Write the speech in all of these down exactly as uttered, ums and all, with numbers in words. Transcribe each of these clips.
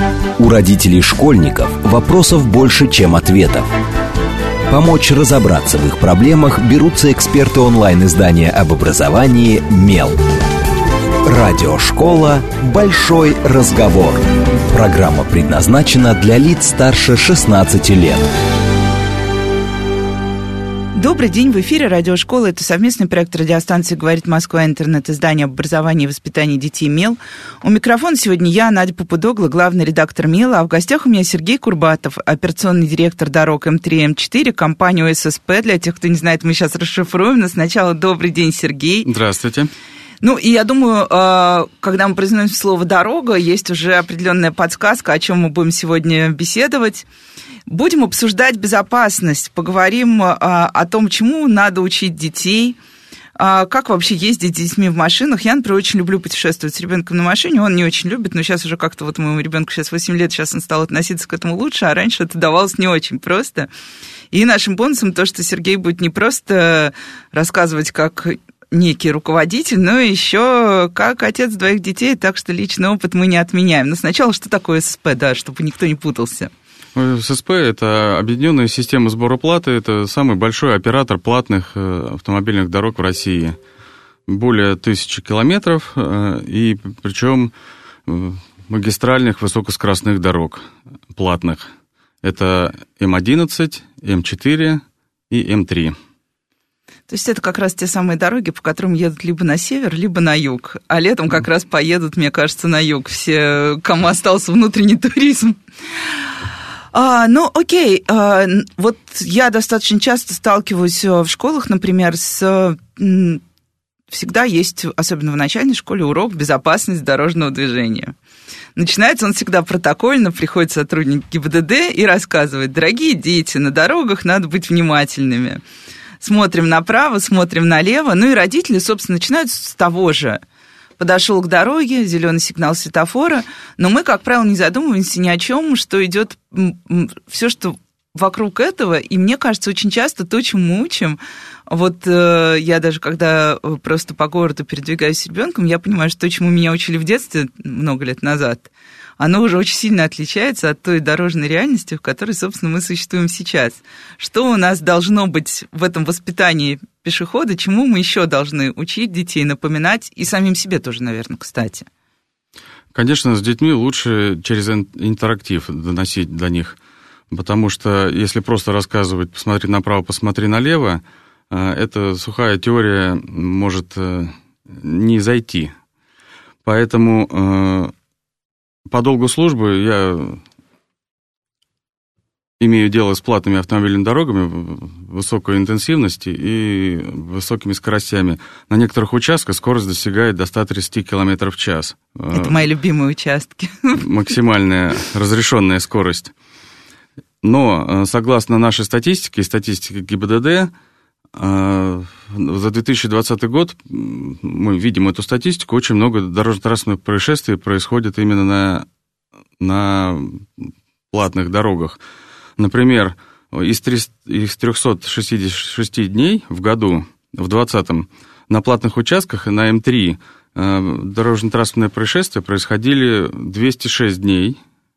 У родителей школьников вопросов больше, чем ответов. Помочь разобраться в их проблемах берутся эксперты онлайн-издания об образовании «Мел». Радиошкола «Большой разговор». Программа предназначена для лиц старше шестнадцати лет. Добрый день, в эфире радиошкола. Это совместный проект радиостанции «Говорит Москва», интернет-издание об образовании и воспитании детей «Мел». У микрофона сегодня я, Надя Попудогла, главный редактор «Мела», а в гостях у меня Сергей Курбатов, операционный директор дорог эм три эм четыре, компанию эс эс пэ. Для тех, кто не знает, мы сейчас расшифруем. Но сначала добрый день, Сергей. Здравствуйте. Ну, и я думаю, когда мы произносим слово «дорога», есть уже определенная подсказка, о чем мы будем сегодня беседовать. Будем обсуждать безопасность, поговорим о том, чему надо учить детей, как вообще ездить с детьми в машинах. Я, например, очень люблю путешествовать с ребенком на машине, он не очень любит, но сейчас уже как-то вот моему ребенку сейчас восемь лет, сейчас он стал относиться к этому лучше, а раньше это давалось не очень просто. И нашим бонусом то, что Сергей будет не просто рассказывать, как некий руководитель, но еще как отец двоих детей, так что личный опыт мы не отменяем. Но сначала, что такое эс эс пэ, да, чтобы никто не путался? эс эс пэ – это объединенная система сбора платы, это самый большой оператор платных автомобильных дорог в России. Более тысячи километров, и причем магистральных высокоскоростных дорог платных. Это эм одиннадцать, эм четыре и эм три. То есть это как раз те самые дороги, по которым едут либо на север, либо на юг. А летом как раз поедут, мне кажется, на юг все, кому остался внутренний туризм. А, ну, окей. А, вот я достаточно часто сталкиваюсь в школах, например, с... Всегда есть, особенно в начальной школе, урок «Безопасность дорожного движения». Начинается он всегда протокольно, приходит сотрудник гэ и бэ дэ дэ и рассказывает: дорогие дети, на дорогах надо быть внимательными. Смотрим направо, смотрим налево. Ну и родители, собственно, начинают с того же. Подошел к дороге, зеленый сигнал светофора, но мы, как правило, не задумываемся ни о чем, что идет все, что вокруг этого. И мне кажется, очень часто то, чем мы учим, вот э, я даже когда просто по городу передвигаюсь с ребенком, я понимаю, что то, чему меня учили в детстве много лет назад, оно уже очень сильно отличается от той дорожной реальности, в которой, собственно, мы существуем сейчас. Что у нас должно быть в этом воспитании пешехода, чему мы еще должны учить детей, напоминать, и самим себе тоже, наверное, кстати? Конечно, с детьми лучше через интерактив доносить до них, потому что если просто рассказывать «посмотри направо, посмотри налево», эта сухая теория может не зайти. Поэтому... По долгу службы я имею дело с платными автомобильными дорогами высокой интенсивности и высокими скоростями. На некоторых участках скорость достигает до ста тридцати километров в час. Это мои любимые участки. Максимальная разрешенная скорость. Но, согласно нашей статистике и статистике гэ и бэ дэ дэ, за две тысячи двадцатый год, мы видим эту статистику, очень много дорожно-транспортных происшествий происходит именно на, на платных дорогах. Например, из трёхсот шестидесяти шести дней в году, в двадцатом, на платных участках на эм три дорожно-транспортные происшествия происходили двести шесть дней,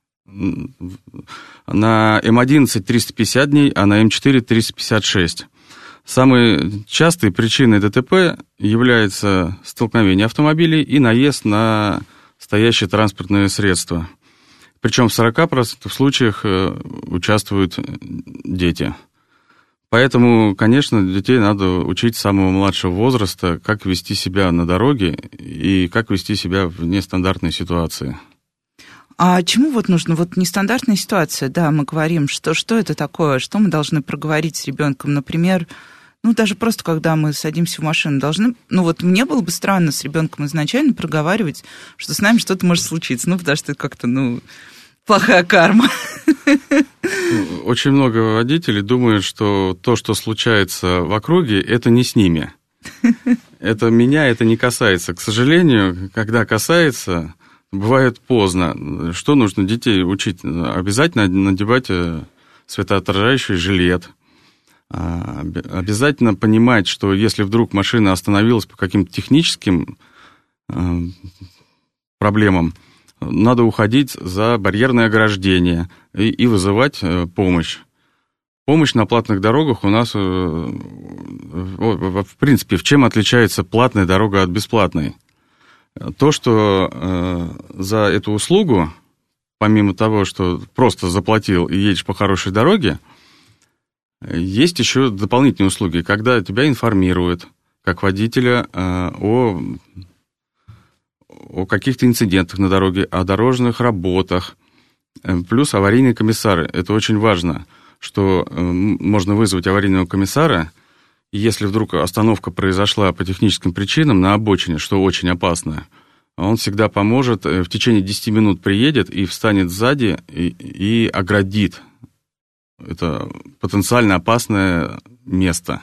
на эм одиннадцать триста пятьдесят дней, а на эм четыре триста пятьдесят шесть. Самой частой причиной дэ тэ пэ является столкновение автомобилей и наезд на стоящие транспортные средства. Причем в сорока процентах случаях участвуют дети. Поэтому, конечно, детей надо учить с самого младшего возраста, как вести себя на дороге и как вести себя в нестандартной ситуации. А чему вот нужно? Вот нестандартная ситуация, да, мы говорим, что, что это такое, что мы должны проговорить с ребенком, например, ну, даже просто когда мы садимся в машину, должны, ну, вот мне было бы странно с ребенком изначально проговаривать, что с нами что-то может случиться, ну, потому что это как-то, ну, плохая карма. Очень много водителей думают, что то, что случается в округе, это не с ними. Это меня это не касается. К сожалению, когда касается, бывает поздно. Что нужно детей учить? Обязательно надевать светоотражающий жилет. Обязательно понимать, что если вдруг машина остановилась по каким-то техническим проблемам, надо уходить за барьерное ограждение и, и вызывать помощь. Помощь на платных дорогах у нас, в принципе, в чем отличается платная дорога от бесплатной? То, что за эту услугу, помимо того, что просто заплатил и едешь по хорошей дороге, есть еще дополнительные услуги, когда тебя информируют, как водителя, о, о каких-то инцидентах на дороге, о дорожных работах, плюс аварийные комиссары. Это очень важно, что можно вызвать аварийного комиссара, и если вдруг остановка произошла по техническим причинам на обочине, что очень опасно, он всегда поможет, в течение десяти минут приедет и встанет сзади и, и оградит. Это потенциально опасное место.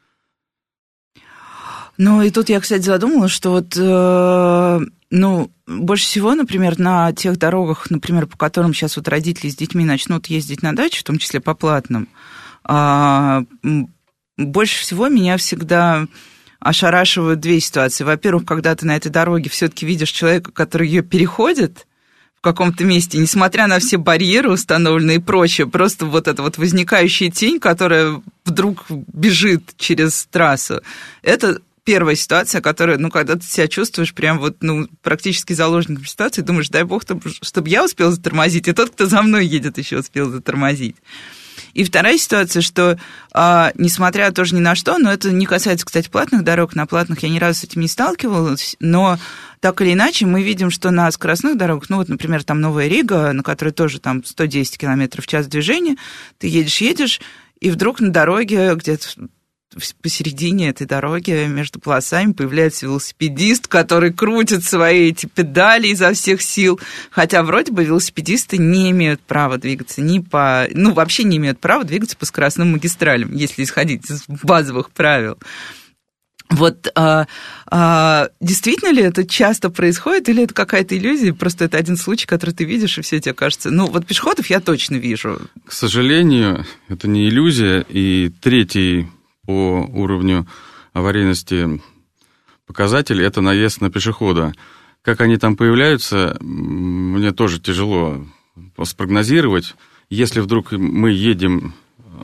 Ну, и тут я, кстати, задумалась, что вот, э, ну, больше всего, например, на тех дорогах, например, по которым сейчас вот родители с детьми начнут ездить на дачу, в том числе по платным, э, больше всего меня всегда ошарашивают две ситуации. Во-первых, когда ты на этой дороге все-таки видишь человека, который ее переходит в каком-то месте, несмотря на все барьеры установленные и прочее, просто вот эта вот возникающая тень, которая вдруг бежит через трассу, это первая ситуация, которая, ну, когда ты себя чувствуешь прям вот, ну, практически заложником ситуации, думаешь, дай бог, чтобы я успел затормозить, и тот, кто за мной едет, еще успел затормозить. И вторая ситуация, что, а, несмотря тоже ни на что, но это не касается, кстати, платных дорог, на платных я ни разу с этим не сталкивалась, но так или иначе мы видим, что на скоростных дорогах, ну вот, например, там Новая Рига, на которой тоже там сто десять километров в час движения, ты едешь-едешь, и вдруг на дороге где-то посередине этой дороги между полосами появляется велосипедист, который крутит свои эти педали изо всех сил, хотя вроде бы велосипедисты не имеют права двигаться ни по... Ну, вообще не имеют права двигаться по скоростным магистралям, если исходить из базовых правил. Вот а, а, действительно ли это часто происходит, или это какая-то иллюзия, просто это один случай, который ты видишь, и все тебе кажется... Ну, вот пешеходов я точно вижу. К сожалению, это не иллюзия, и третий по уровню аварийности показатель – это наезд на пешехода. Как они там появляются, мне тоже тяжело спрогнозировать. Если вдруг мы едем,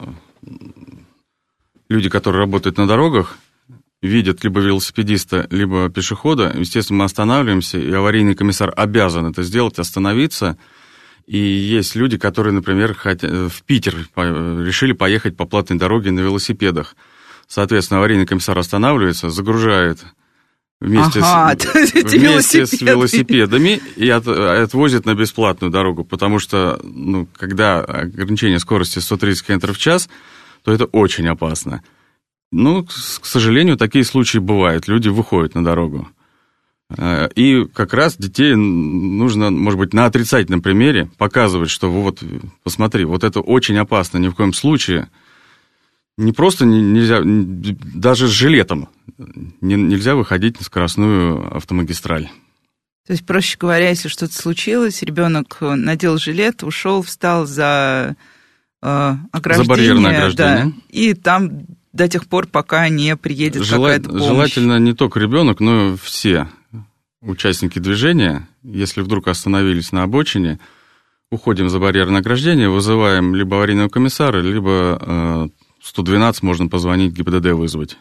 люди, которые работают на дорогах, видят либо велосипедиста, либо пешехода, естественно, мы останавливаемся, и аварийный комиссар обязан это сделать, остановиться. И есть люди, которые, например, в Питер решили поехать по платной дороге на велосипедах. Соответственно, аварийный комиссар останавливается, загружает вместе, ага, с, вместе с велосипедами и от, отвозит на бесплатную дорогу, потому что, ну, когда ограничение скорости сто тридцать километров в час, то это очень опасно. Ну, к сожалению, такие случаи бывают. Люди выходят на дорогу. И как раз детей нужно, может быть, на отрицательном примере показывать, что вот, посмотри, вот это очень опасно, ни в коем случае. Не просто нельзя, даже с жилетом нельзя выходить на скоростную автомагистраль. То есть, проще говоря, если что-то случилось, ребенок надел жилет, ушел, встал за э, ограждение. За барьерное ограждение. Да, и там до тех пор, пока не приедет Жела... какая-то помощь. Желательно не только ребенок, но и все участники движения, если вдруг остановились на обочине, уходим за барьерное ограждение, вызываем либо аварийного комиссара, либо сто двенадцать можно позвонить, ГИБДД вызвать.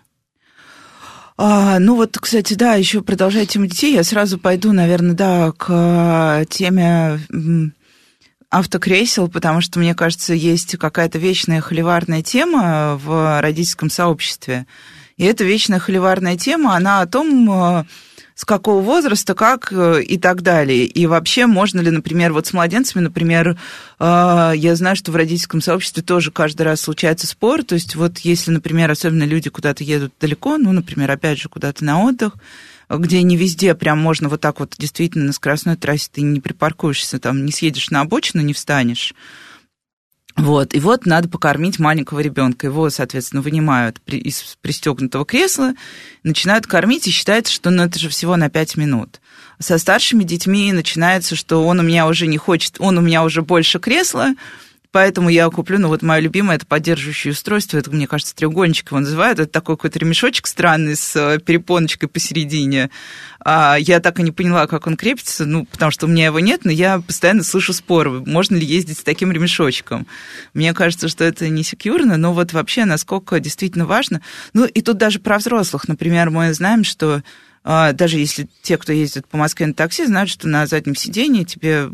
А, ну вот, кстати, да, еще продолжая тему детей, я сразу пойду, наверное, да, к теме автокресел, потому что, мне кажется, есть какая-то вечная холиварная тема в родительском сообществе. И эта вечная холиварная тема, она о том, с какого возраста, как и так далее. И вообще, можно ли, например, вот с младенцами, например, я знаю, что в родительском сообществе тоже каждый раз случается спор. То есть вот если, например, особенно люди куда-то едут далеко, ну, например, опять же, куда-то на отдых, где не везде прям можно вот так вот действительно на скоростной трассе ты не припаркуешься, там не съедешь на обочину, не встанешь. Вот, и вот надо покормить маленького ребенка. Его, соответственно, вынимают из пристегнутого кресла, начинают кормить, и считается, что ну, это же всего на пять минут. Со старшими детьми начинается, что он у меня уже не хочет, он у меня уже больше кресла, Поэтому я куплю, ну вот мое любимое, это поддерживающее устройство, это, мне кажется, треугольничек его называют, это такой какой-то ремешочек странный с перепоночкой посередине. Я так и не поняла, как он крепится, ну, потому что у меня его нет, но я постоянно слышу споры, можно ли ездить с таким ремешочком. Мне кажется, что это не секьюрно, но вот вообще насколько действительно важно. Ну, и тут даже про взрослых, например, мы знаем, что даже если те, кто ездит по Москве на такси, знают, что на заднем сидении тебе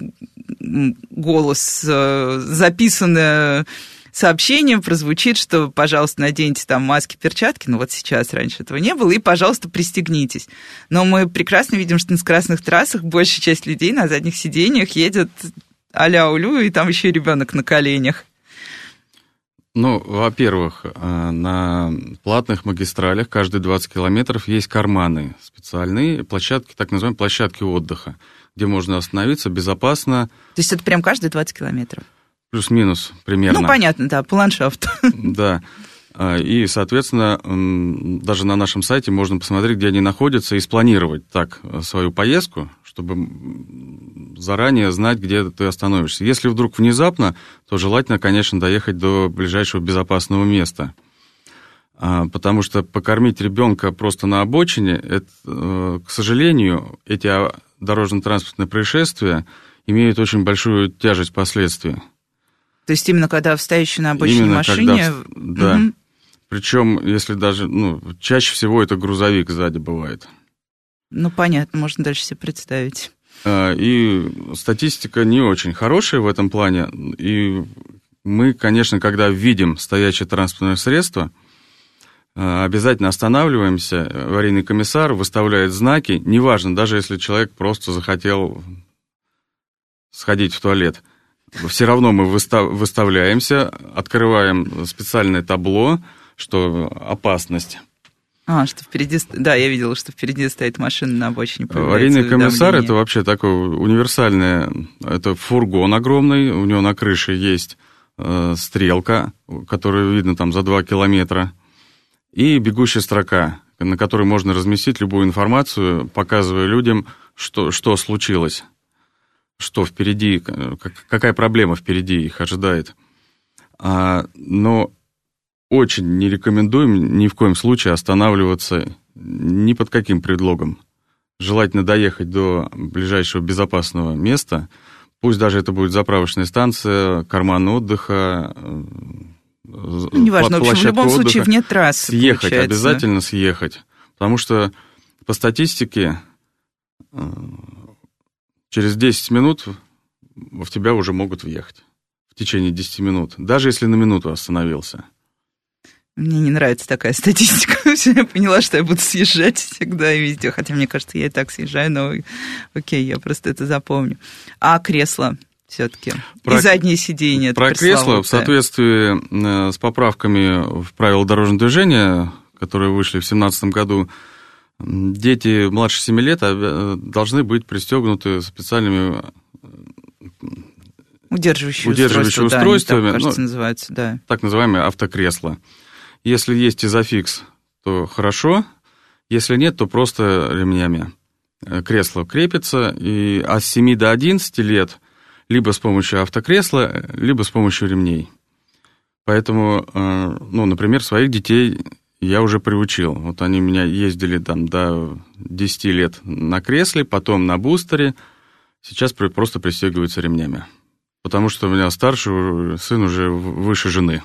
голос, записанное сообщение прозвучит, что, пожалуйста, наденьте там маски, перчатки, ну вот сейчас, раньше этого не было, и, пожалуйста, пристегнитесь. Но мы прекрасно видим, что на скоростных трассах большая часть людей на задних сиденьях едет а-ля улю, и там еще и ребенок на коленях. Ну, во-первых, на платных магистралях каждые двадцать километров есть карманы специальные, площадки, так называемые площадки отдыха, где можно остановиться безопасно. То есть это прям каждые двадцать километров? Плюс-минус примерно. Ну, понятно, да, по ландшафту. Да. И, соответственно, даже на нашем сайте можно посмотреть, где они находятся, и спланировать так свою поездку, чтобы заранее знать, где ты остановишься. Если вдруг внезапно, то желательно, конечно, доехать до ближайшего безопасного места. Потому что покормить ребенка просто на обочине, это, к сожалению, эти дорожно-транспортные происшествия имеют очень большую тяжесть последствий. То есть именно когда в стоящей на обочине именно машине... Когда, да. Угу. Причем, если даже, ну, чаще всего это грузовик сзади бывает. Ну, понятно, можно дальше себе представить. И статистика не очень хорошая в этом плане. И мы, конечно, когда видим стоящее транспортное средство, обязательно останавливаемся. Аварийный комиссар выставляет знаки. Неважно, даже если человек просто захотел сходить в туалет. Все равно мы выставляемся, открываем специальное табло, что опасность. А, что впереди... Да, я видела, что впереди стоит машина на обочине. Аварийный комиссар – это вообще такое универсальное... Это фургон огромный, у него на крыше есть э, стрелка, которую видно там за два километра, и бегущая строка, на которой можно разместить любую информацию, показывая людям, что, что случилось. Что впереди, какая проблема впереди их ожидает. А, но очень не рекомендуем ни в коем случае останавливаться ни под каким предлогом. Желательно доехать до ближайшего безопасного места, пусть даже это будет заправочная станция, карман отдыха, ну, неважно, в общем, в любом случае вне трассы. Съехать, получается. Обязательно съехать. Потому что по статистике через десять минут в тебя уже могут въехать. В течение десяти минут. Даже если на минуту остановился. Мне не нравится такая статистика. Я поняла, что я буду съезжать всегда и везде. Хотя, мне кажется, я и так съезжаю, но окей, я просто это запомню. А кресло все-таки? Про... И заднее сиденье? Про кресло в соответствии с поправками в правила дорожного движения, которые вышли в две тысячи семнадцатом году, дети младше семи лет должны быть пристегнуты специальными удерживающими, удерживающими устройства, устройствами, да, так, кажется, ну, называются, да. Так называемые автокресла. Если есть изофикс, то хорошо, если нет, то просто ремнями. Кресло крепится, и от семи до одиннадцати лет либо с помощью автокресла, либо с помощью ремней. Поэтому, ну, например, своих детей я уже приучил. Вот они у меня ездили там до десяти лет на кресле, потом на бустере, сейчас просто пристегиваются ремнями. Потому что у меня старший сын уже выше жены.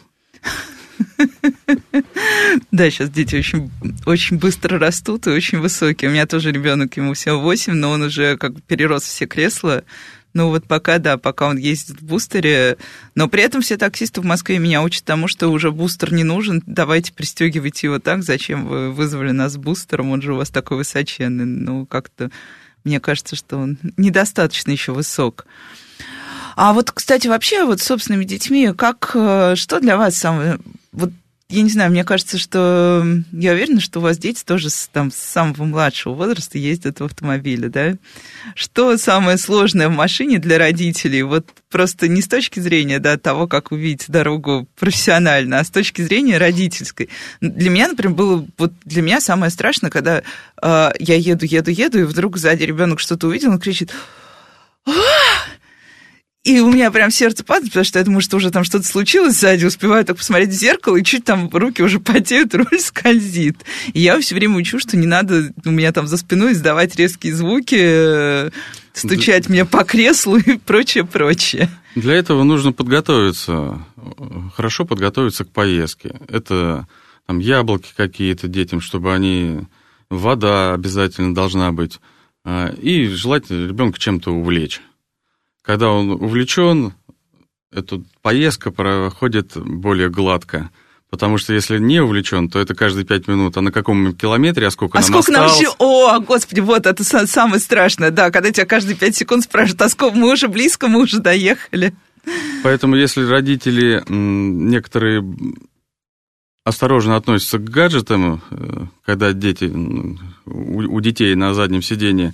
Да, сейчас дети очень, очень быстро растут и очень высокие. У меня тоже ребенок, ему всего восемь, но он уже как бы перерос все кресла. Ну вот пока, да, пока он ездит в бустере. Но при этом все таксисты в Москве меня учат тому, что уже бустер не нужен. Давайте пристегивайте его так. Зачем вы вызвали нас с бустером? Он же у вас такой высоченный. Ну, как-то мне кажется, что он недостаточно еще высок. А вот, кстати, вообще вот с собственными детьми, как, что для вас самое... Вот, я не знаю, мне кажется, что... Я уверена, что у вас дети тоже с, там, с самого младшего возраста ездят в автомобиле, да? Что самое сложное в машине для родителей? Вот просто не с точки зрения, да, того, как увидеть дорогу профессионально, а с точки зрения родительской. Для меня, например, было... Вот для меня самое страшное, когда э, я еду, еду, еду, и вдруг сзади ребенок что-то увидел, он кричит... И у меня прям сердце падает, потому что я думаю, что уже там что-то случилось сзади, успеваю так посмотреть в зеркало, и чуть там руки уже потеют, руль скользит. И я все время учу, что не надо у меня там за спиной издавать резкие звуки, стучать мне по креслу и прочее, прочее. Для этого нужно подготовиться, хорошо подготовиться к поездке. Это там яблоки какие-то детям, чтобы они... Вода обязательно должна быть. И желательно ребенка чем-то увлечь. Когда он увлечен, эта поездка проходит более гладко. Потому что если не увлечен, то это каждые пять минут. А на каком километре, а сколько а нам сколько осталось? Нам еще... О, господи, вот это самое страшное, да, когда тебя каждые пять секунд спрашивают, а сколько, мы уже близко, мы уже доехали. Поэтому если родители некоторые осторожно относятся к гаджетам, когда дети, у детей на заднем сидении,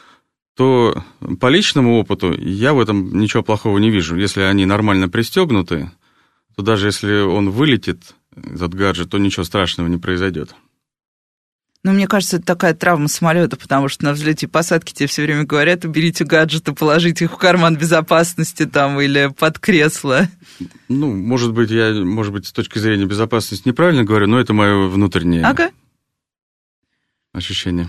то по личному опыту я в этом ничего плохого не вижу. Если они нормально пристегнуты, то даже если он вылетит, этот гаджет, то ничего страшного не произойдет. Ну, мне кажется, это такая травма самолета, потому что на взлете и посадке тебе все время говорят, уберите гаджеты, положите их в карман безопасности там или под кресло. Ну, может быть, я, может быть, с точки зрения безопасности неправильно говорю, но это мое внутреннее ага. ощущение.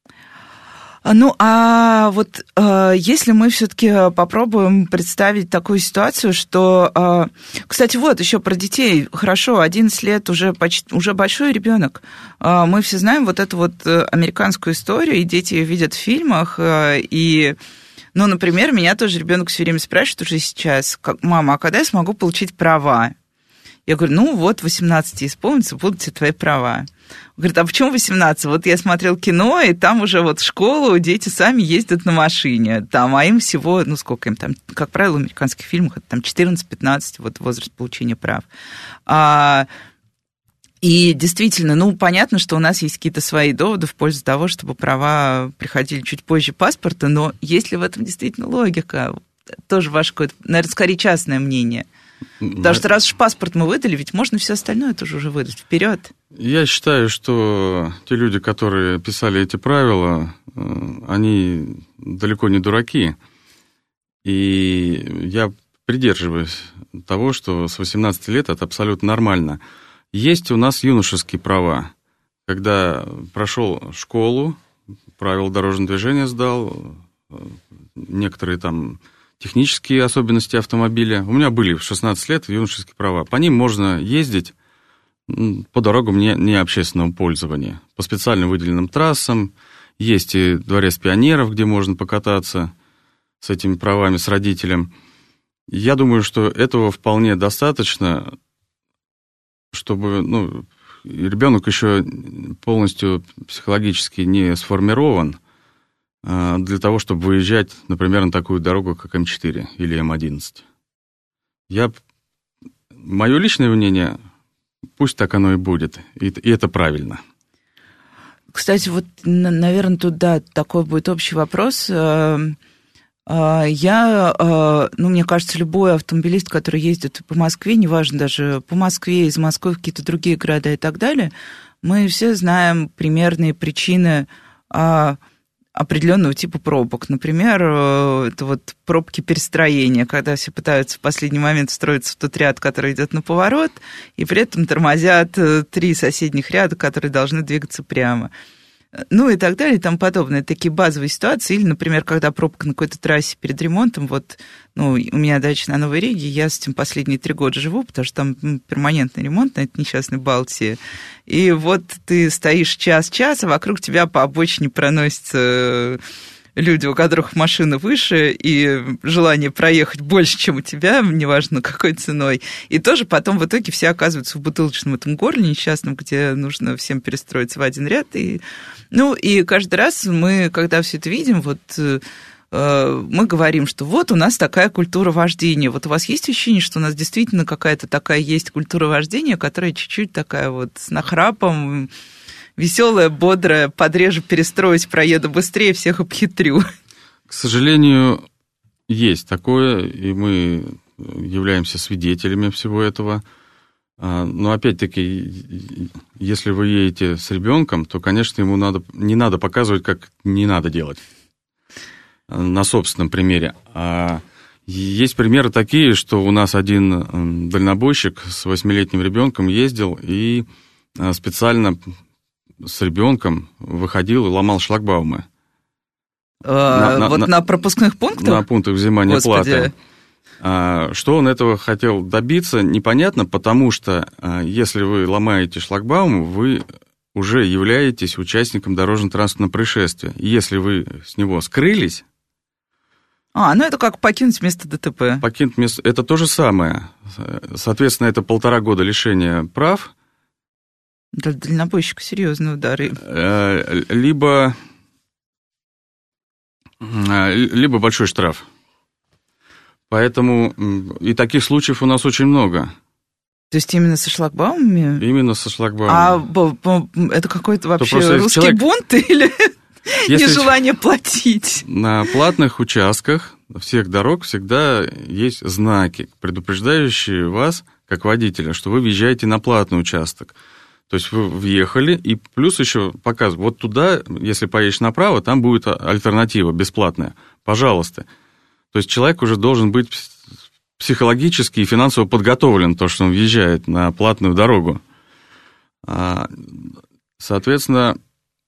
Ну, а вот э, если мы все-таки попробуем представить такую ситуацию, что... Э, кстати, вот еще про детей. Хорошо, одиннадцать лет уже, почти, уже большой ребенок. Э, мы все знаем вот эту вот американскую историю, и дети ее видят в фильмах. Э, и, ну, например, меня тоже ребенок все время спрашивает уже сейчас, как, мама, а когда я смогу получить права? Я говорю, ну вот, восемнадцать исполнится, будут тебе твои права. Он говорит, а почему восемнадцать? Вот я смотрел кино, и там уже вот в школу дети сами ездят на машине. Там, а им всего, ну сколько им там, как правило, в американских фильмах, это там четырнадцать-пятнадцать, вот возраст получения прав. А, и действительно, ну понятно, что у нас есть какие-то свои доводы в пользу того, чтобы права приходили чуть позже паспорта, но есть ли в этом действительно логика? Тоже ваше какое-то, наверное, скорее частное мнение. Потому что раз уж паспорт мы выдали, ведь можно все остальное тоже уже выдать. Вперед. Я считаю, что те люди, которые писали эти правила, они далеко не дураки. И я придерживаюсь того, что с восемнадцати лет это абсолютно нормально. Есть у нас юношеские права. Когда прошел школу, правила дорожного движения сдал, некоторые там... технические особенности автомобиля. У меня были в шестнадцать лет юношеские права. По ним можно ездить по дорогам не, не общественного пользования, по специально выделенным трассам. Есть и дворец пионеров, где можно покататься с этими правами, с родителем. Я думаю, что этого вполне достаточно, чтобы ну, ребенок еще полностью психологически не сформирован, для того, чтобы выезжать, например, на такую дорогу, как эм четыре или эм одиннадцать. Я... Мое личное мнение, пусть так оно и будет, и, и это правильно. Кстати, вот, наверное, тут, да, такой будет общий вопрос. Я, ну, мне кажется, любой автомобилист, который ездит по Москве, неважно даже по Москве, из Москвы в какие-то другие города и так далее, мы все знаем примерные причины определенного типа пробок. Например, это вот пробки перестроения, когда все пытаются в последний момент встроиться в тот ряд, который идет на поворот, и при этом тормозят три соседних ряда, которые должны двигаться прямо. Ну и так далее, и тому подобное. Такие базовые ситуации. Или, например, когда пробка на какой-то трассе перед ремонтом, вот, ну, у меня дача на Новой Риге, я с этим последние три года живу, потому что там перманентный ремонт на этой несчастной Балтии. И вот ты стоишь час-час, а вокруг тебя по обочине проносятся люди, у которых машина выше, и желание проехать больше, чем у тебя, неважно какой ценой. И тоже потом в итоге все оказываются в бутылочном этом горле несчастном, где нужно всем перестроиться в один ряд. И, ну, и каждый раз мы, когда все это видим, вот мы говорим, что вот у нас такая культура вождения. Вот у вас есть ощущение, что у нас действительно какая-то такая есть культура вождения, которая чуть-чуть такая вот с нахрапом, веселая, бодрая, подрежу, перестроюсь, проеду быстрее, всех обхитрю. К сожалению, есть такое, и мы являемся свидетелями всего этого. Но опять-таки, если вы едете с ребенком, то, конечно, ему надо, не надо показывать, как не надо делать на собственном примере. А Есть примеры такие, что у нас один дальнобойщик с восьмилетним ребенком ездил и специально с ребенком выходил и ломал шлагбаумы. А, на, вот на, на пропускных пунктах? На пунктах взимания Господи. платы. А, что он этого хотел добиться, непонятно, потому что а, если вы ломаете шлагбаум, вы уже являетесь участником дорожно-транспортного происшествия. И если вы с него скрылись... А, ну это как покинуть место ДТП. Покинуть место... Это то же самое. Соответственно, это полтора года лишения прав. Для дальнобойщика серьезные удары. Либо... Либо большой штраф. Поэтому и таких случаев у нас очень много. То есть именно со шлагбаумами? Именно со шлагбаумами. А это какой-то вообще русский человек... бунт или нежелание платить? На платных участках всех дорог всегда есть знаки, предупреждающие вас, как водителя, что вы въезжаете на платный участок. То есть вы въехали, и плюс еще показывают, вот туда, если поедешь направо, там будет альтернатива бесплатная. Пожалуйста. То есть человек уже должен быть психологически и финансово подготовлен, то, что он въезжает на платную дорогу. Соответственно,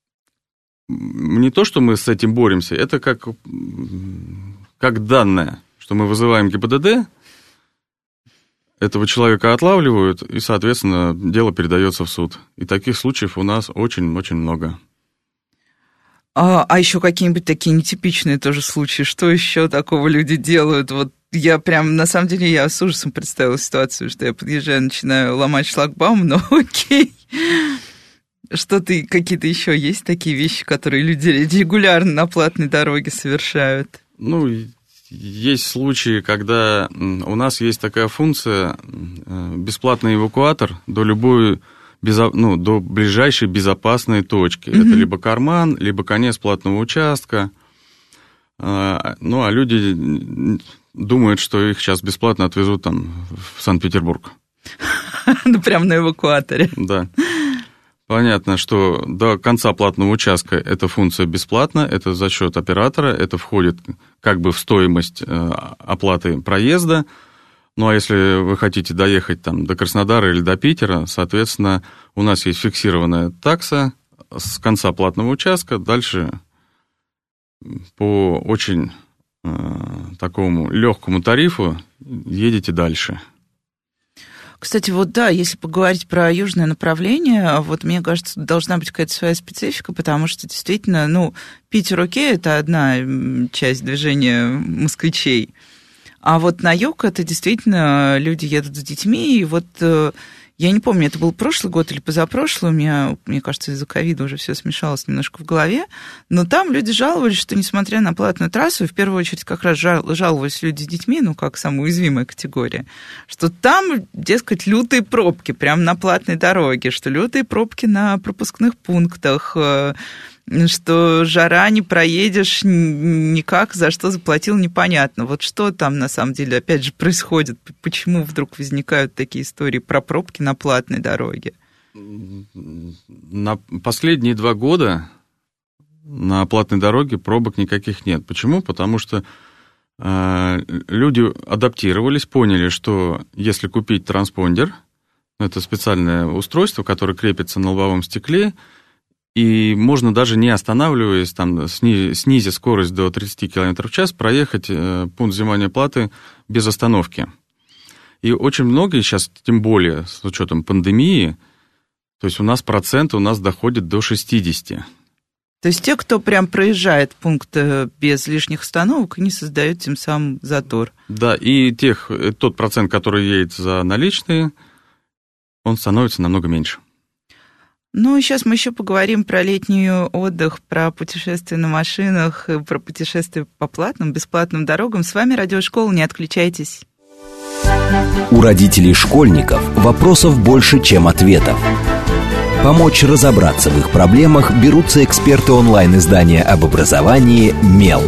не то, что мы с этим боремся, это как, как данное, что мы вызываем ГИБДД, этого человека отлавливают, и, соответственно, дело передается в суд. И таких случаев у нас очень-очень много. А, а еще какие-нибудь такие нетипичные тоже случаи? Что еще такого люди делают? Вот я прям, на самом деле, я с ужасом представила ситуацию, что я подъезжаю, начинаю ломать шлагбаум, но окей. Что-то, какие-то еще есть такие вещи, которые люди регулярно на платной дороге совершают? Ну, есть случаи, когда у нас есть такая функция, бесплатный эвакуатор до любой, ну, до ближайшей безопасной точки. Mm-hmm. Это либо карман, либо конец платного участка. Ну, а люди думают, что их сейчас бесплатно отвезут там в Санкт-Петербург. Ну, прямо на эвакуаторе. Да. Понятно, что до конца платного участка эта функция бесплатна, это за счет оператора, это входит как бы в стоимость оплаты проезда. Ну, а если вы хотите доехать там до Краснодара или до Питера, соответственно, у нас есть фиксированная такса с конца платного участка, дальше по очень э, такому легкому тарифу едете дальше. Кстати, вот да, если поговорить про южное направление, вот мне кажется, должна быть какая-то своя специфика, потому что действительно, ну, Питер окей, это одна часть движения москвичей, а вот на юг это действительно люди едут с детьми, и вот я не помню, это был прошлый год или позапрошлый, у меня, мне кажется, из-за ковида уже все смешалось немножко в голове, но там люди жаловались, что несмотря на платную трассу, и в первую очередь как раз жаловались люди с детьми, ну, как самая уязвимая категория, что там, дескать, лютые пробки прямо на платной дороге, что лютые пробки на пропускных пунктах, что жара, не проедешь никак, за что заплатил, непонятно. Вот что там на самом деле, опять же, происходит? Почему вдруг возникают такие истории про пробки на платной дороге? На последние два года на платной дороге пробок никаких нет. Почему? Потому что э, люди адаптировались, поняли, что если купить транспондер, это специальное устройство, которое крепится на лобовом стекле, и можно даже не останавливаясь, там, снизя скорость до тридцать километров в час, проехать пункт взимания платы без остановки. И очень многие сейчас, тем более с учетом пандемии, то есть у нас процент у нас доходит до шестьдесят. То есть те, кто прям проезжает пункт без лишних остановок, не создают тем самым затор. Да, и тех, тот процент, который едет за наличные, он становится намного меньше. Ну, сейчас мы еще поговорим про летний отдых, про путешествия на машинах, про путешествия по платным, бесплатным дорогам. С вами Радиошкола, не отключайтесь. У родителей школьников вопросов больше, чем ответов. Помочь разобраться в их проблемах берутся эксперты онлайн-издания об образовании «Мел».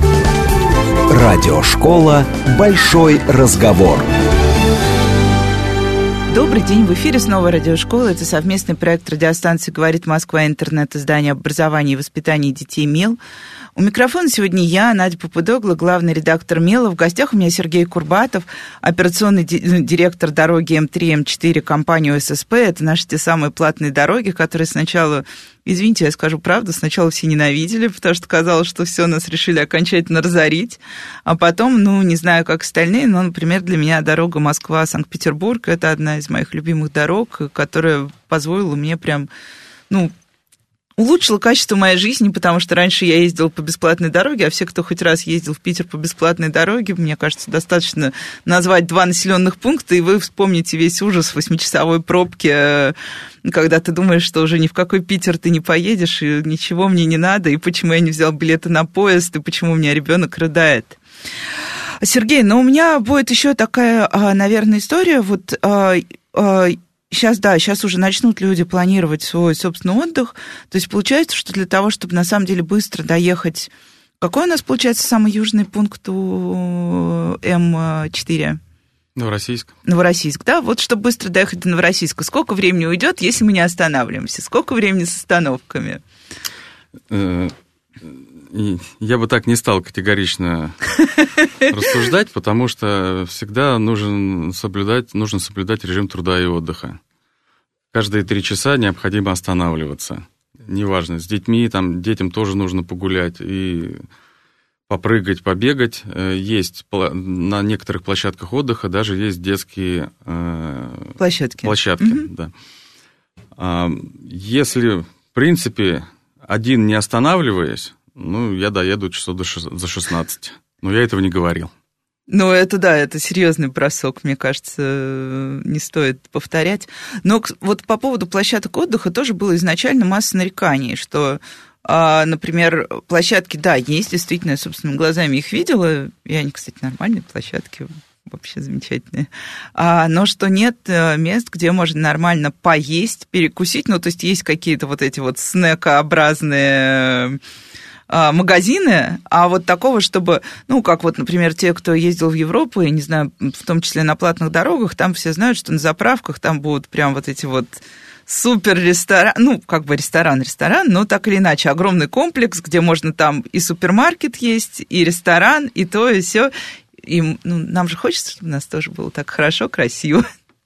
Радиошкола «Большой разговор». Добрый день, в эфире снова радиошкола. Это совместный проект радиостанции «Говорит Москва», интернет-издание образования и воспитания детей «Мел». У микрофона сегодня я, Надя Попудогла, главный редактор «Мела». В гостях у меня Сергей Курбатов, операционный директор дороги эм три эм четыре компании эс эс пэ. Это наши те самые платные дороги, которые сначала, извините, я скажу правду, сначала все ненавидели, потому что казалось, что все, нас решили окончательно разорить. А потом, ну, не знаю, как остальные, но, например, для меня дорога Москва-Санкт-Петербург – это одна из моих любимых дорог, которая позволила мне прям, ну, улучшила качество моей жизни, потому что раньше я ездила по бесплатной дороге, а все, кто хоть раз ездил в Питер по бесплатной дороге, мне кажется, достаточно назвать два населенных пункта, и вы вспомните весь ужас восьмичасовой пробки, когда ты думаешь, что уже ни в какой Питер ты не поедешь, и ничего мне не надо, и почему я не взял билеты на поезд, и почему у меня ребенок рыдает. Сергей, но у меня будет еще такая, наверное, история, вот... Сейчас, да, сейчас уже начнут люди планировать свой собственный отдых. То есть получается, что для того, чтобы на самом деле быстро доехать... Какой у нас, получается, самый южный пункт у эм четыре? Новороссийск. Новороссийск, да? Вот чтобы быстро доехать до Новороссийска, сколько времени уйдет, если мы не останавливаемся? Сколько времени с остановками? Я бы так не стал категорично рассуждать, потому что всегда нужен соблюдать, нужно соблюдать режим труда и отдыха. Каждые три часа необходимо останавливаться. Неважно, с детьми, там, детям тоже нужно погулять и попрыгать, побегать. Есть на некоторых площадках отдыха даже есть детские площадки. площадки mm-hmm. да. Если, в принципе, один не останавливаясь, ну, я доеду часов до за шестнадцать. Но я этого не говорил. Ну, это да, это серьезный бросок, мне кажется, не стоит повторять. Но вот по поводу площадок отдыха тоже было изначально масса нареканий, что, например, площадки, да, есть, действительно, я собственными глазами их видела, и они, кстати, нормальные площадки, вообще замечательные, а, но что нет мест, где можно нормально поесть, перекусить, ну, то есть есть какие-то вот эти вот снекообразные магазины, а вот такого, чтобы, ну, как вот, например, те, кто ездил в Европу, я не знаю, в том числе на платных дорогах, там все знают, что на заправках там будут прям вот эти вот супер ресторан, ну, как бы ресторан-ресторан, но так или иначе, огромный комплекс, где можно там и супермаркет есть, и ресторан, и то, и все. И ну, нам же хочется, чтобы у нас тоже было так хорошо, красиво.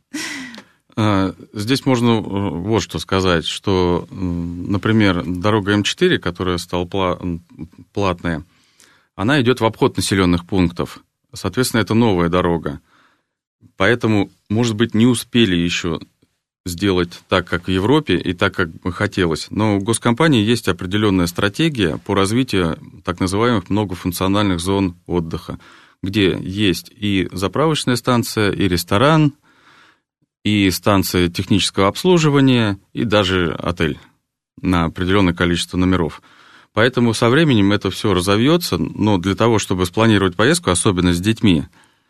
Здесь можно вот что сказать, что, например, дорога эм четыре, которая стала платная, она идет в обход населенных пунктов. Соответственно, это новая дорога. Поэтому, может быть, не успели еще сделать так, как в Европе, и так, как бы хотелось. Но у госкомпании есть определенная стратегия по развитию так называемых многофункциональных зон отдыха, где есть и заправочная станция, и ресторан, и станция технического обслуживания, и даже отель на определенное количество номеров. Поэтому со временем это все разовьется, но для того, чтобы спланировать поездку, особенно с детьми,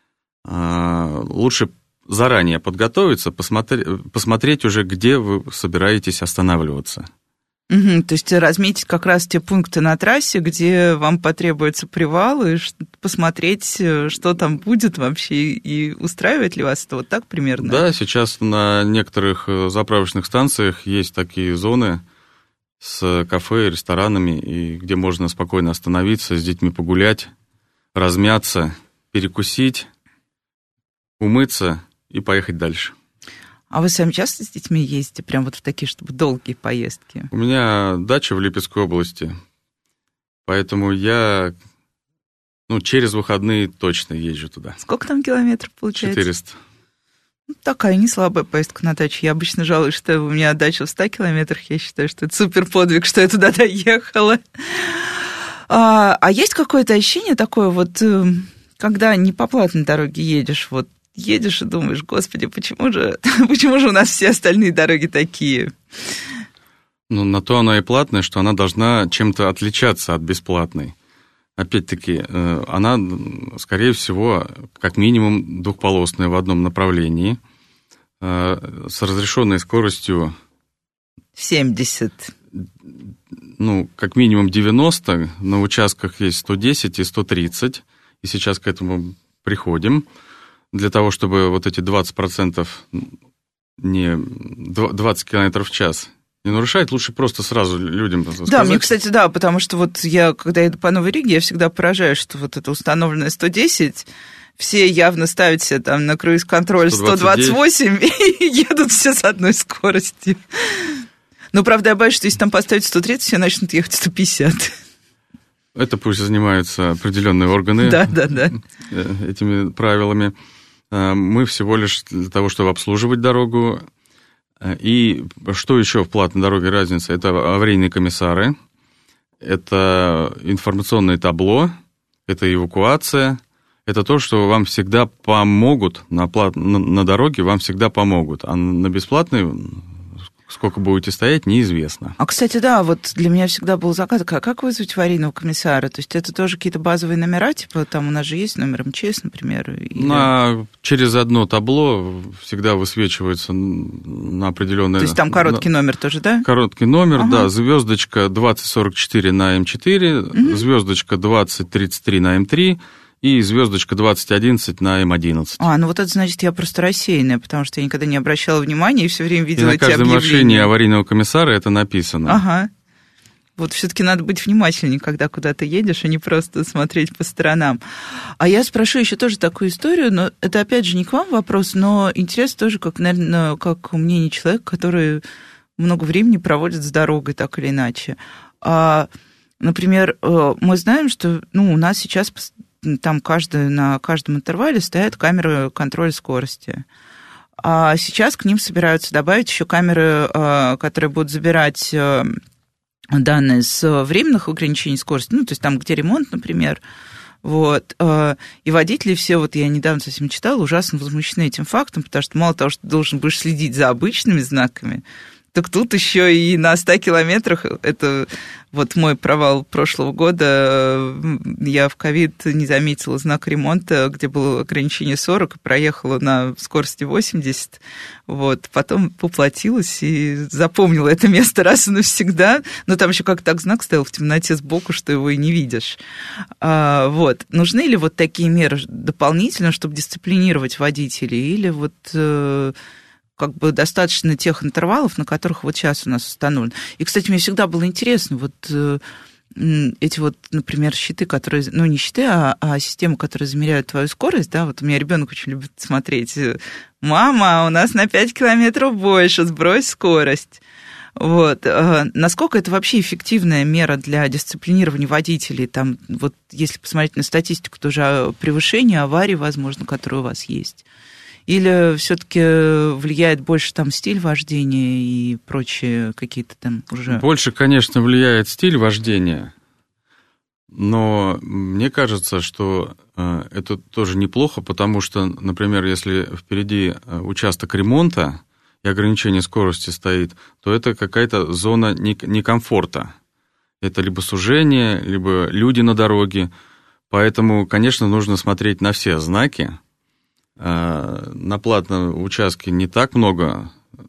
лучше заранее подготовиться, посмотреть, посмотреть уже, где вы собираетесь останавливаться. Угу, то есть разметить как раз те пункты на трассе, где вам потребуется привал, и посмотреть, что там будет вообще, и устраивает ли вас это вот так примерно? Да, сейчас на некоторых заправочных станциях есть такие зоны с кафе, ресторанами, и где можно спокойно остановиться, с детьми погулять, размяться, перекусить, умыться и поехать дальше. А вы сами часто с детьми ездите, прям вот в такие, чтобы долгие поездки? У меня дача в Липецкой области, поэтому я ну, через выходные точно езжу туда. Сколько там километров получается? четыреста. Ну, такая не слабая поездка на дачу. Я обычно жалуюсь, что у меня дача в ста километрах. Я считаю, что это супер подвиг, что я туда доехала. А, а есть какое-то ощущение такое вот, когда не по платной дороге едешь, вот, едешь и думаешь, господи, почему же, почему же у нас все остальные дороги такие? Ну, на то она и платная, что она должна чем-то отличаться от бесплатной. Опять-таки, она, скорее всего, как минимум двухполосная в одном направлении, с разрешенной скоростью... семьдесят. Ну, как минимум девяносто, на участках есть сто десять и сто тридцать, и сейчас к этому приходим. Для того, чтобы вот эти двадцать процентов не двадцать километров в час не нарушать, лучше просто сразу людям сказать. Да, мне, кстати, да, потому что вот я, когда еду по Новой Риге, я всегда поражаюсь, что вот это установленное сто десять, все явно ставят себе там на круиз-контроль сто двадцать восемь и едут все с одной скоростью. Но, правда, я боюсь, что если там поставить сто тридцать, все начнут ехать сто пятьдесят. Это пусть занимаются определенные органы да, да, да. этими правилами. Мы всего лишь для того, чтобы обслуживать дорогу. И что еще в платной дороге разница? Это аварийные комиссары, это информационное табло, это эвакуация. Это то, что вам всегда помогут на, плат... на, на дороге, вам всегда помогут. А на бесплатной, сколько будете стоять, неизвестно. А, кстати, да, вот для меня всегда был загадка, а как вызвать аварийного комиссара? То есть это тоже какие-то базовые номера, типа там у нас же есть номер МЧС, например? Или... На... Через одно табло всегда высвечивается на определенное... То есть там короткий на... номер тоже, да? Короткий номер, ага. Да, звездочка двадцать сорок четыре на эм четыре, угу. Звездочка двадцать тридцать три на эм три, и звездочка двадцать одиннадцать на эм одиннадцать. А, ну вот это значит, я просто рассеянная, потому что я никогда не обращала внимания и все время видела эти объявления. И на каждой машине аварийного комиссара это написано. Ага. Вот все-таки надо быть внимательнее, когда куда-то едешь, а не просто смотреть по сторонам. А я спрошу еще тоже такую историю, но это опять же не к вам вопрос, но интересно тоже, как, наверное, как мнение человека, который много времени проводит с дорогой, так или иначе. А, например, мы знаем, что ну, у нас сейчас там каждый, на каждом интервале стоят камеры контроля скорости. А сейчас к ним собираются добавить еще камеры, которые будут забирать данные с временных ограничений скорости, ну, то есть там, где ремонт, например. Вот. И водители все, вот я недавно совсем читала, ужасно возмущены этим фактом, потому что мало того, что ты должен будешь следить за обычными знаками, так тут еще и на ста километрах, это вот мой провал прошлого года, я в ковид не заметила знак ремонта, где было ограничение сорок, и проехала на скорости восемьдесят, вот, потом поплатилась и запомнила это место раз и навсегда, но там еще как так знак стоял в темноте сбоку, что его и не видишь. А, вот, нужны ли вот такие меры дополнительно, чтобы дисциплинировать водителей, или вот... как бы достаточно тех интервалов, на которых вот сейчас у нас установлено. И, кстати, мне всегда было интересно, вот э, эти вот, например, щиты, которые, ну, не щиты, а, а системы, которые замеряют твою скорость, да, вот у меня ребенок очень любит смотреть, мама, у нас на пять километров больше, сбрось скорость. Вот. Насколько это вообще эффективная мера для дисциплинирования водителей? Там, вот, если посмотреть на статистику, тоже превышение, аварий, возможно, которые у вас есть. Или все-таки влияет больше там стиль вождения и прочие какие-то там уже... Больше, конечно, влияет стиль вождения, но мне кажется, что это тоже неплохо, потому что, например, если впереди участок ремонта и ограничение скорости стоит, то это какая-то зона некомфорта. Это либо сужение, либо люди на дороге. Поэтому, конечно, нужно смотреть на все знаки. На платном участке не так много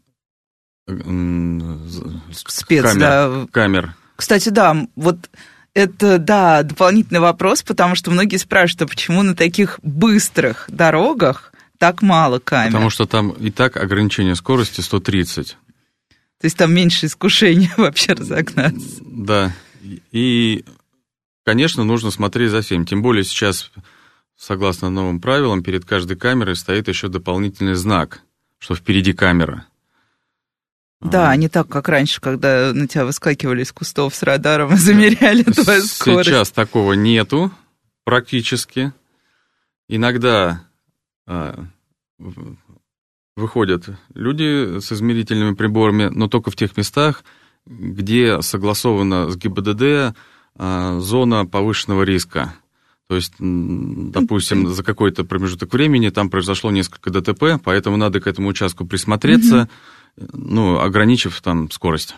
Спец, камер, да. камер. Кстати, да, вот это, да, дополнительный вопрос, потому что многие спрашивают, а почему на таких быстрых дорогах так мало камер? Потому что там и так ограничение скорости сто тридцать. То есть там меньше искушения вообще разогнаться. Да, и, конечно, нужно смотреть за всем, тем более сейчас... Согласно новым правилам, перед каждой камерой стоит еще дополнительный знак, что впереди камера. Да, а не так, как раньше, когда на тебя выскакивали из кустов с радаром и замеряли твою скорость. Сейчас такого нету практически. Иногда а, выходят люди с измерительными приборами, но только в тех местах, где согласовано с ГИБДД а, зона повышенного риска. То есть, допустим, за какой-то промежуток времени там произошло несколько ДТП, поэтому надо к этому участку присмотреться, угу. ну, ограничив там скорость.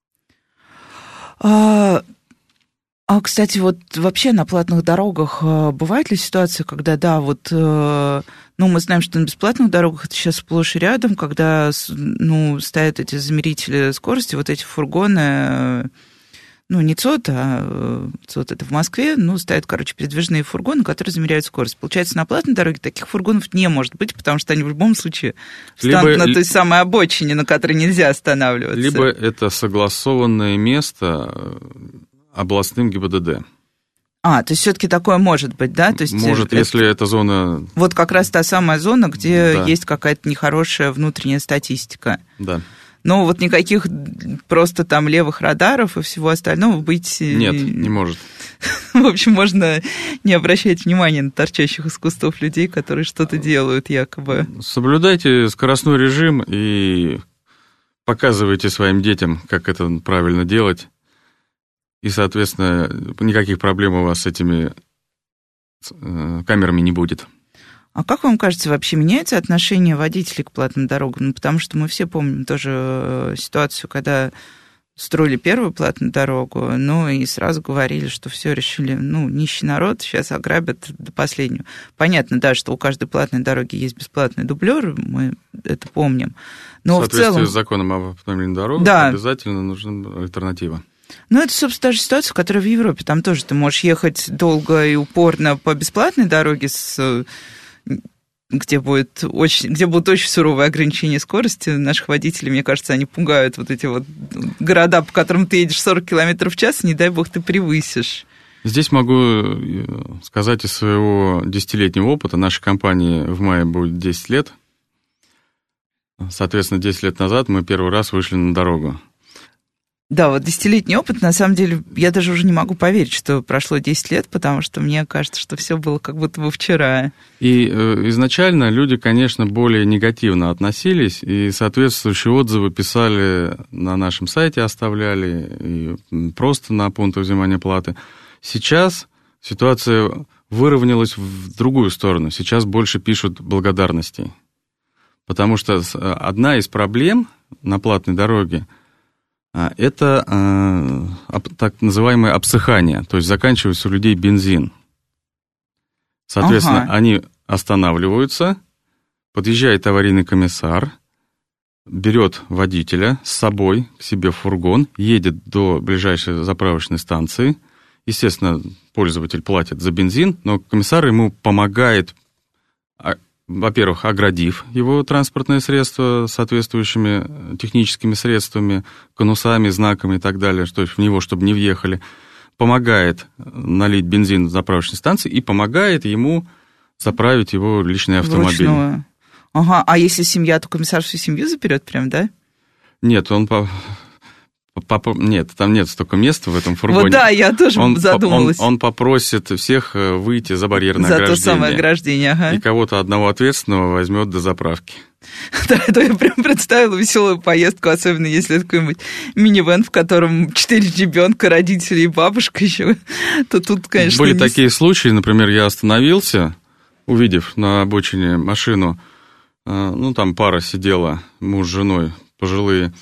А, а, кстати, вот вообще на платных дорогах бывает ли ситуация, когда, да, вот, ну, мы знаем, что на бесплатных дорогах это сейчас сплошь и рядом, когда, ну, стоят эти замерители скорости, вот эти фургоны... ну, не ЦОТ, а ЦОТ это в Москве, ну, ставят, короче, передвижные фургоны, которые замеряют скорость. Получается, на платной дороге таких фургонов не может быть, потому что они в любом случае встанут либо, на той самой обочине, на которой нельзя останавливаться. Либо это согласованное место областным ГИБДД. А, то есть все-таки такое может быть, да? То есть может, это, если эта зона... Вот как раз та самая зона, где да. есть какая-то нехорошая внутренняя статистика. Да. Но вот никаких просто там левых радаров и всего остального быть... Нет, не может. В общем, можно не обращать внимания на торчащих из кустов людей, которые что-то делают якобы. Соблюдайте скоростной режим и показывайте своим детям, как это правильно делать. И, соответственно, никаких проблем у вас с этими камерами не будет. А как вам кажется, вообще меняется отношение водителей к платным дорогам? Ну, потому что мы все помним тоже ситуацию, когда строили первую платную дорогу, ну, и сразу говорили, что все решили, ну, нищий народ, сейчас ограбят до последнего. Понятно, да, что у каждой платной дороги есть бесплатный дублер, мы это помним. Но в соответствии в целом... с законом об автомобильных дорогах да. обязательно нужна альтернатива. Ну, это, собственно, та же ситуация, которая в Европе. Там тоже ты можешь ехать долго и упорно по бесплатной дороге, с... где, будет очень... где будут очень суровые ограничения скорости. Наших водителей, мне кажется, они пугают вот эти вот города, по которым ты едешь сорок километров в час, и, не дай бог, ты превысишь. Здесь могу сказать из своего десятилетнего опыта. Нашей компании в мае будет десять лет. Соответственно, десять лет назад мы первый раз вышли на дорогу. Да, вот десятилетний опыт, на самом деле, я даже уже не могу поверить, что прошло десять лет, потому что мне кажется, что все было как будто бы вчера. И э, изначально люди, конечно, более негативно относились, и соответствующие отзывы писали на нашем сайте, оставляли, и просто на пунктах взимания платы. Сейчас ситуация выровнялась в другую сторону. Сейчас больше пишут благодарностей. Потому что одна из проблем на платной дороге это э, так называемое обсыхание, то есть заканчивается у людей бензин. Соответственно, ага. они останавливаются, подъезжает аварийный комиссар, берет водителя с собой к себе в фургон, едет до ближайшей заправочной станции. Естественно, пользователь платит за бензин, но комиссар ему помогает, во-первых, оградив его транспортное средство соответствующими техническими средствами, конусами, знаками и так далее, то есть в него, чтобы не въехали, помогает налить бензин в заправочной станции и помогает ему заправить его личный автомобиль. Вручную. Ага, а если семья, то комиссар всю семью заберет прям, да? Нет, он... По... Папа, нет, там нет столько места в этом фургоне. Вот да, я тоже он, задумалась. Он, он попросит всех выйти за барьерное за ограждение. За то самое ограждение, ага. И кого-то одного ответственного возьмет до заправки. Да, это я прям представила веселую поездку, особенно если это какой-нибудь минивэн, в котором четыре ребенка, родители и бабушка еще, то тут, конечно... Были не... такие случаи, например, я остановился, увидев на обочине машину, ну, там пара сидела, муж с женой, пожилые,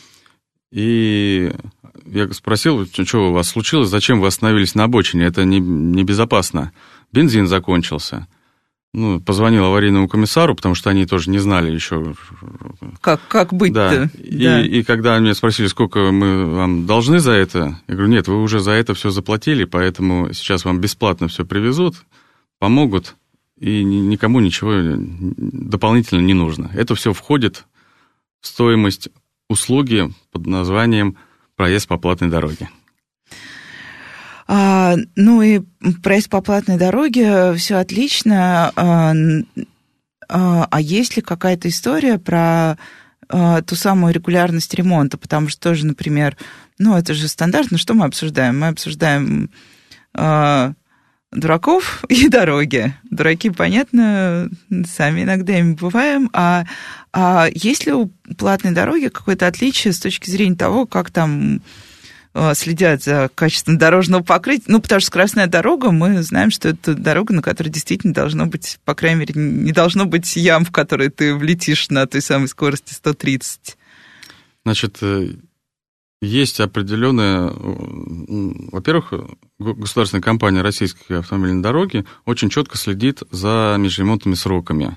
и я спросил, что у вас случилось, зачем вы остановились на обочине, это не, небезопасно. Бензин закончился. Ну, позвонил аварийному комиссару, потому что они тоже не знали еще. Как, как быть-то? Да. И, да. И когда меня спросили, сколько мы вам должны за это, я говорю, нет, вы уже за это все заплатили, поэтому сейчас вам бесплатно все привезут, помогут, и никому ничего дополнительно не нужно. Это все входит в стоимость услуги под названием «Проезд по платной дороге». А, ну и проезд по платной дороге, все отлично. А, а, а есть ли какая-то история про а, ту самую регулярность ремонта? Потому что тоже, например, ну это же стандартно, что мы обсуждаем? Мы обсуждаем а, дураков и дороги. Дураки, понятно, сами иногда ими бываем. А, а есть ли у платной дороги какое-то отличие с точки зрения того, как там следят за качеством дорожного покрытия? Ну, потому что скоростная дорога, мы знаем, что это дорога, на которой действительно должно быть, по крайней мере, не должно быть ям, в которые ты влетишь на той самой скорости сто тридцать. Значит, есть определенная... Во-первых, государственная компания «Российские автомобильные дороги» очень четко следит за межремонтными сроками.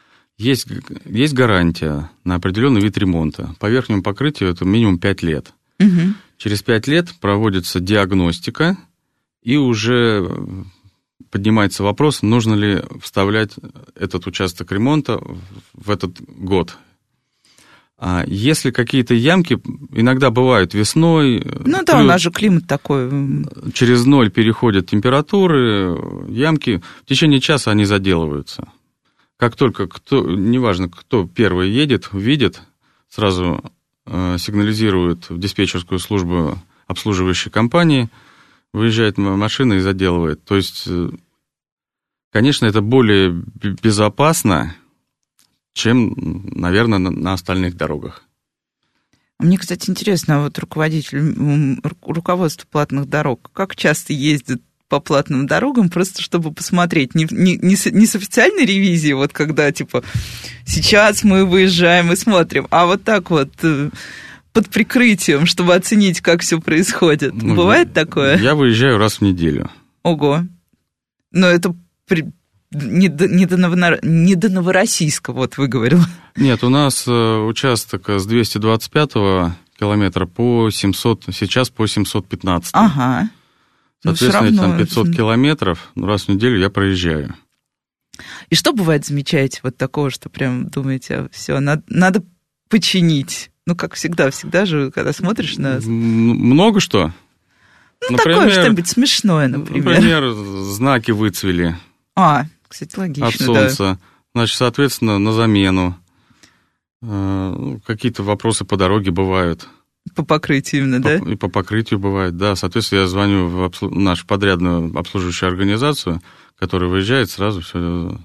Есть, есть гарантия на определенный вид ремонта. По верхнему покрытию это минимум пять лет. Угу. Через пять лет проводится диагностика, и уже поднимается вопрос, нужно ли вставлять этот участок ремонта в этот год. А если какие-то ямки, иногда бывают весной... Ну да, у нас же климат такой. Через ноль переходят температуры, ямки, в течение часа они заделываются. Как только кто, неважно, кто первый едет, видит, сразу э, сигнализирует в диспетчерскую службу обслуживающей компании, выезжает машина и заделывает. То есть, конечно, это более безопасно, чем, наверное, на остальных дорогах. Мне, кстати, интересно, вот руководитель, руководство платных дорог, как часто ездит по платным дорогам, просто чтобы посмотреть, не, не, не, с, не с официальной ревизией, вот когда, типа, сейчас мы выезжаем и смотрим, а вот так вот под прикрытием, чтобы оценить, как все происходит. Ну, бывает я, такое? Я выезжаю раз в неделю. Ого. Но это... При... Не до, не, до Новонор... не до Новороссийска, вот вы говорили. Нет, у нас участок с двести двадцать пятого километра по семьсот, сейчас по семьсот пятнадцать. Ага. Соответственно, равно... там пятьсот километров, раз в неделю я проезжаю. И что бывает, замечаете, вот такого, что прям думаете, все, надо, надо починить? Ну, как всегда, всегда же, когда смотришь на... Много что. Ну, например, такое что-нибудь смешное, например. Например, знаки выцвели. А, кстати, логично, от солнца. Да. Значит, соответственно, на замену. Какие-то вопросы по дороге бывают. По покрытию именно, по, да? И по покрытию бывает, да. Соответственно, я звоню в обслу... нашу подрядную обслуживающую организацию, которая выезжает, сразу все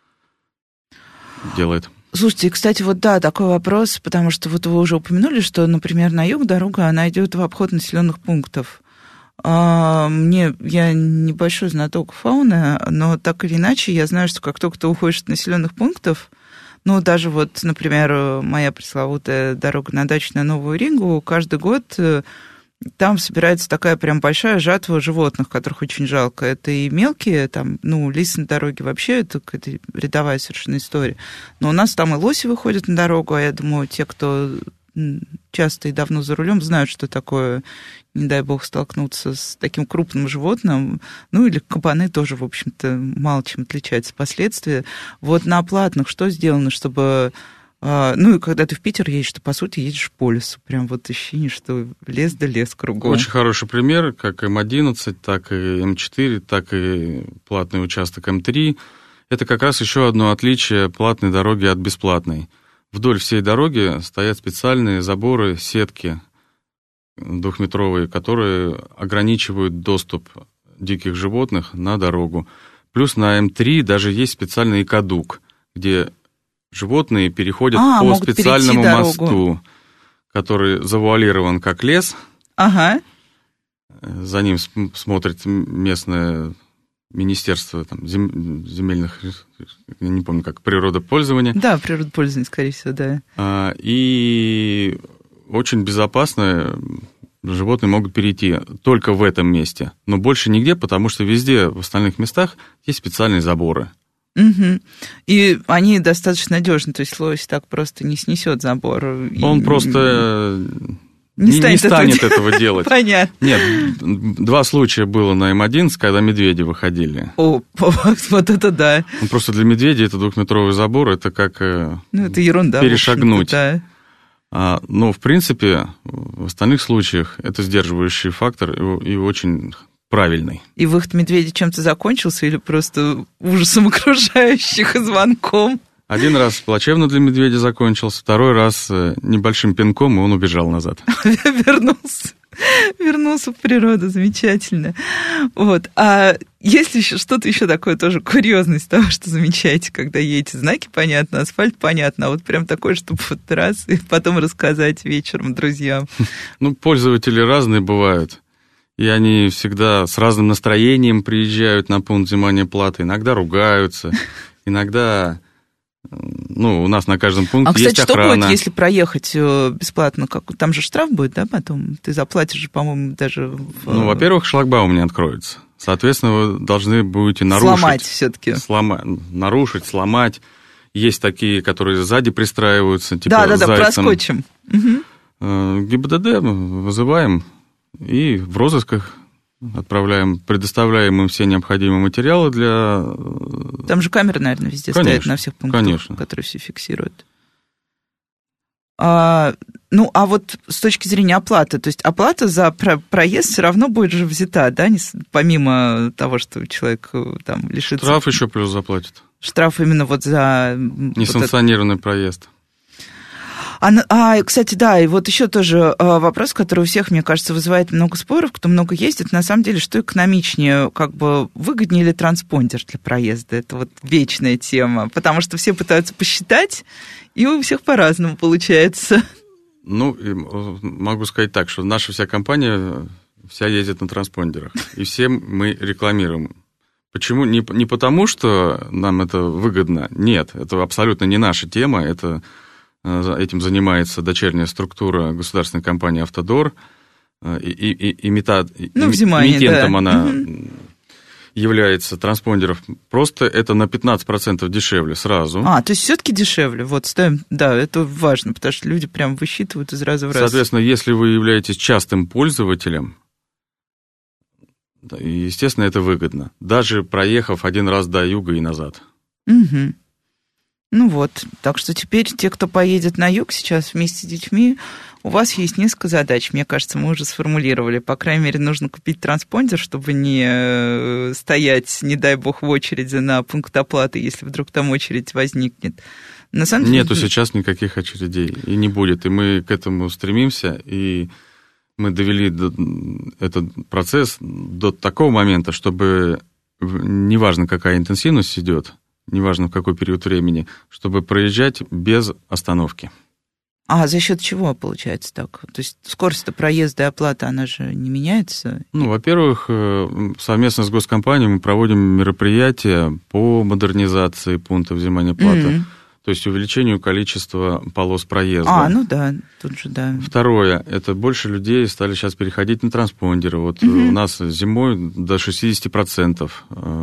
делает. Слушайте, кстати, вот да, такой вопрос, потому что вот вы уже упомянули, что, например, на юг дорога, она идет в обход населенных пунктов. Мне, я небольшой знаток фауны, но так или иначе я знаю, что как только ты уходишь от населенных пунктов, ну, даже вот, например, моя пресловутая дорога на дачу на Новую Ригу, каждый год там собирается такая прям большая жатва животных, которых очень жалко. Это и мелкие, там, ну, лисы на дороге вообще, это какая-то рядовая совершенно история. Но у нас там и лоси выходят на дорогу, а я думаю, те, кто часто и давно за рулем, знают, что такое, не дай бог, столкнуться с таким крупным животным. Ну, или кабаны тоже, в общем-то, мало чем отличаются последствия. Вот на платных что сделано, чтобы... Ну, и когда ты в Питер едешь, ты, по сути, едешь по лесу. Прям вот ощущение, что лес да лес кругом. Очень хороший пример, как эм одиннадцать, так и эм четыре, так и платный участок эм три. Это как раз еще одно отличие платной дороги от бесплатной. Вдоль всей дороги стоят специальные заборы, сетки двухметровые, которые ограничивают доступ диких животных на дорогу. Плюс на эм три даже есть специальный экодук, где животные переходят а, по специальному мосту, который завуалирован как лес. Ага. За ним смотрит местное министерство там, земельных, я не помню, как, природопользования. Да, природопользование, скорее всего, да. И очень безопасно животные могут перейти только в этом месте, но больше нигде, потому что везде в остальных местах есть специальные заборы. Угу. И они достаточно надежны, то есть лось так просто не снесет забор. Он и... просто не, не станет, не станет этого, этого делать. Понятно. Нет, два случая было на эм одиннадцать, когда медведи выходили. О, вот это да. Ну, просто для медведей это двухметровый забор, это как ну, это ерунда, перешагнуть. Да. А, но, в принципе, в остальных случаях это сдерживающий фактор и, и очень правильный. И выход медведя чем-то закончился или просто ужасом окружающих и звонком? Один раз плачевно для медведя закончился, второй раз небольшим пинком, и он убежал назад. Вернулся. Вернулся в природу, замечательно. Вот. А есть ли еще что-то еще такое тоже курьезность того, что замечаете, когда едете? Знаки понятно, асфальт понятно, а вот прям такое, чтобы вот раз и потом рассказать вечером друзьям. Ну, пользователи разные бывают. И они всегда с разным настроением приезжают на пункт взимания платы, иногда ругаются, иногда... Ну, у нас на каждом пункте а, кстати, есть охрана. А, кстати, что будет, если проехать бесплатно? Как... Там же штраф будет, да, потом? Ты заплатишь же, по-моему, даже... В... Ну, во-первых, шлагбаум не откроется. Соответственно, вы должны будете нарушить. Сломать все-таки. Сломать, нарушить, сломать. Есть такие, которые сзади пристраиваются, типа да, да, да, зайцем. проскочим. Угу. ГИБДД вызываем и в розысках отправляем, предоставляем им все необходимые материалы для... Там же камеры, наверное, везде конечно, стоят на всех пунктах, конечно. Которые все фиксируют. А, ну, а вот с точки зрения оплаты, то есть оплата за про- проезд все равно будет же взята, да, не, помимо того, что человек там лишится... Штраф еще плюс заплатит. Штраф именно вот за... Несанкционированный вот проезд. А, а, кстати, да, и вот еще тоже вопрос, который у всех, мне кажется, вызывает много споров, кто много ездит, на самом деле, что экономичнее, как бы выгоднее ли транспондер для проезда? Это вот вечная тема, потому что все пытаются посчитать, и у всех по-разному получается. Ну, могу сказать так, что наша вся компания вся ездит на транспондерах, и все мы рекламируем. Почему? Не, не потому, что нам это выгодно, нет, это абсолютно не наша тема, это... Этим занимается дочерняя структура государственной компании «Автодор». И, и, и, имитат, ну, взимание, эмитентом да. она угу. является транспондеров. Просто это на пятнадцать процентов дешевле сразу. А, то есть все-таки дешевле. Вот, ставим, да, это важно, потому что люди прям высчитывают из раза в раз. Соответственно, если вы являетесь частым пользователем, естественно, это выгодно. Даже проехав один раз до юга и назад. Угу. Ну вот, так что теперь те, кто поедет на юг сейчас вместе с детьми, у вас есть несколько задач, мне кажется, мы уже сформулировали. По крайней мере, нужно купить транспондер, чтобы не стоять, не дай бог, в очереди на пункт оплаты, если вдруг там очередь возникнет. На самом деле... Нету сейчас никаких очередей, и не будет, и мы к этому стремимся, и мы довели этот процесс до такого момента, чтобы, неважно, какая интенсивность идет, неважно в какой период времени, чтобы проезжать без остановки. А за счет чего получается так? То есть скорость проезда и оплата, она же не меняется? Ну, во-первых, совместно с госкомпанией мы проводим мероприятия по модернизации пункта взимания платы, mm-hmm. то есть увеличению количества полос проезда. А, ну да, тут же да. Второе, это больше людей стали сейчас переходить на транспондеры. Вот mm-hmm. у нас зимой до шестьдесят процентов.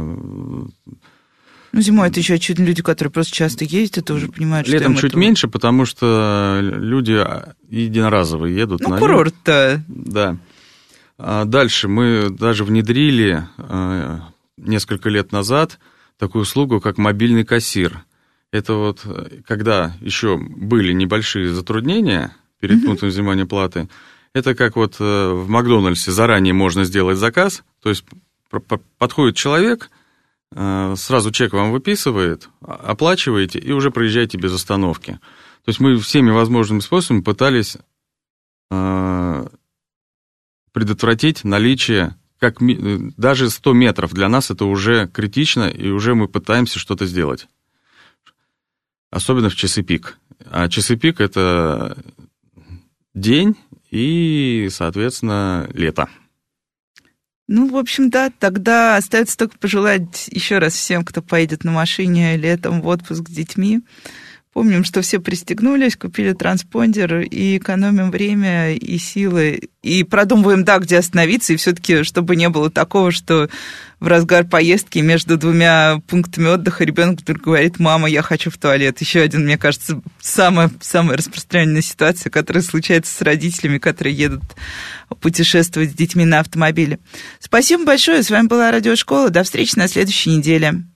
Ну, зимой это еще чуть люди, которые просто часто ездят, уже понимают, что летом чуть это... меньше, потому что люди единоразово едут. Ну, на курорт-то. Да. А дальше мы даже внедрили несколько лет назад такую услугу, как мобильный кассир. Это вот когда еще были небольшие затруднения перед mm-hmm. пунктом взимания платы, это как вот в Макдональдсе заранее можно сделать заказ, то есть подходит человек... сразу чек вам выписывает, оплачиваете и уже проезжаете без остановки. То есть мы всеми возможными способами пытались предотвратить наличие, как даже сто метров для нас это уже критично, и уже мы пытаемся что-то сделать. Особенно в часы пик. А часы пик – это день и, соответственно, лето. Ну, в общем, да, тогда остается только пожелать еще раз всем, кто поедет на машине летом в отпуск с детьми. Помним, что все пристегнулись, купили транспондер и экономим время и силы. И продумываем, да, где остановиться, и все-таки, чтобы не было такого, что в разгар поездки между двумя пунктами отдыха ребенок вдруг говорит: мама, я хочу в туалет. Еще один, мне кажется, самая, самая распространенная ситуация, которая случается с родителями, которые едут путешествовать с детьми на автомобиле. Спасибо большое. С вами была Радиошкола. До встречи на следующей неделе.